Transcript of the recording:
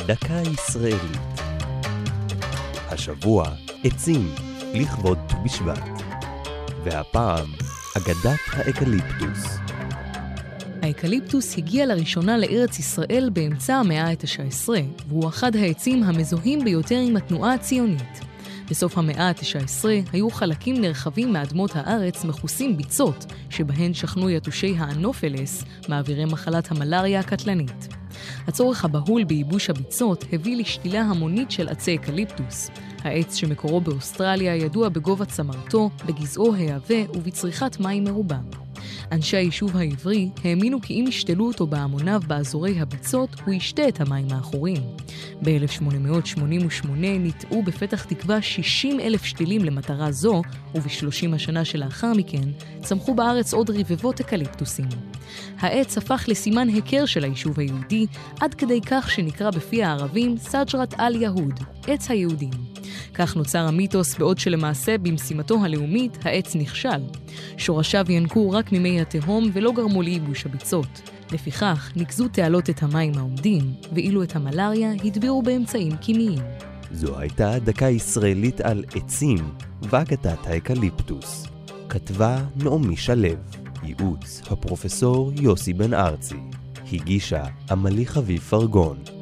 דקה ישראלית. השבוע עצים לכבוד ט"ו בשבט. והפעם אגדת האקליפטוס. האקליפטוס הגיע לראשונה לארץ ישראל באמצע המאה ה-19, והוא אחד העצים המזוהים ביותר עם התנועה הציונית. בסוף המאה ה-19 היו חלקים נרחבים מאדמות הארץ מכוסים ביצות, שבהן שכנו יתושי האנופלס, מעבירי מחלת המלריה הקטלנית. הצורך הבהול בייבוש הביצות הביא לשתילה המונית של עצי אקליפטוס. העץ שמקורו באוסטרליה ידוע בגובה צמרתו, בגזעו העבה ובצריכת מים מרובה. אנשי היישוב העברי האמינו כי אם ישתלו אותו בהמוניו באזורי הביצות, הוא ישתה את המים האחורים. ב-1888 ניטעו בפתח תקווה 60,000 שתילים למטרה זו, וב-30 השנה שלאחר מכן צמחו בארץ עוד רבבות אקליפטוסים. העץ הפך לסימן היכר של היישוב היהודי, עד כדי כך שנקרא בפי הערבים סג'רת אל יהוד, עץ היהודים. כך נוצר המיתוס, בעוד שלמעשה במשימתו הלאומית העץ נכשל. שורשיו ינקו רק ממי התהום ולא גרמו לייבוש הביצות. לפיכך נקזו תעלות את המים העומדים, ואילו את המלריה הדבירו באמצעים כימיים. זו הייתה דקה ישראלית על עצים ואגדת האקליפטוס. כתבה נעמי שלו, ייעוץ הפרופסור יוסי בן ארצי, הגישה עמלי חביב פרגון.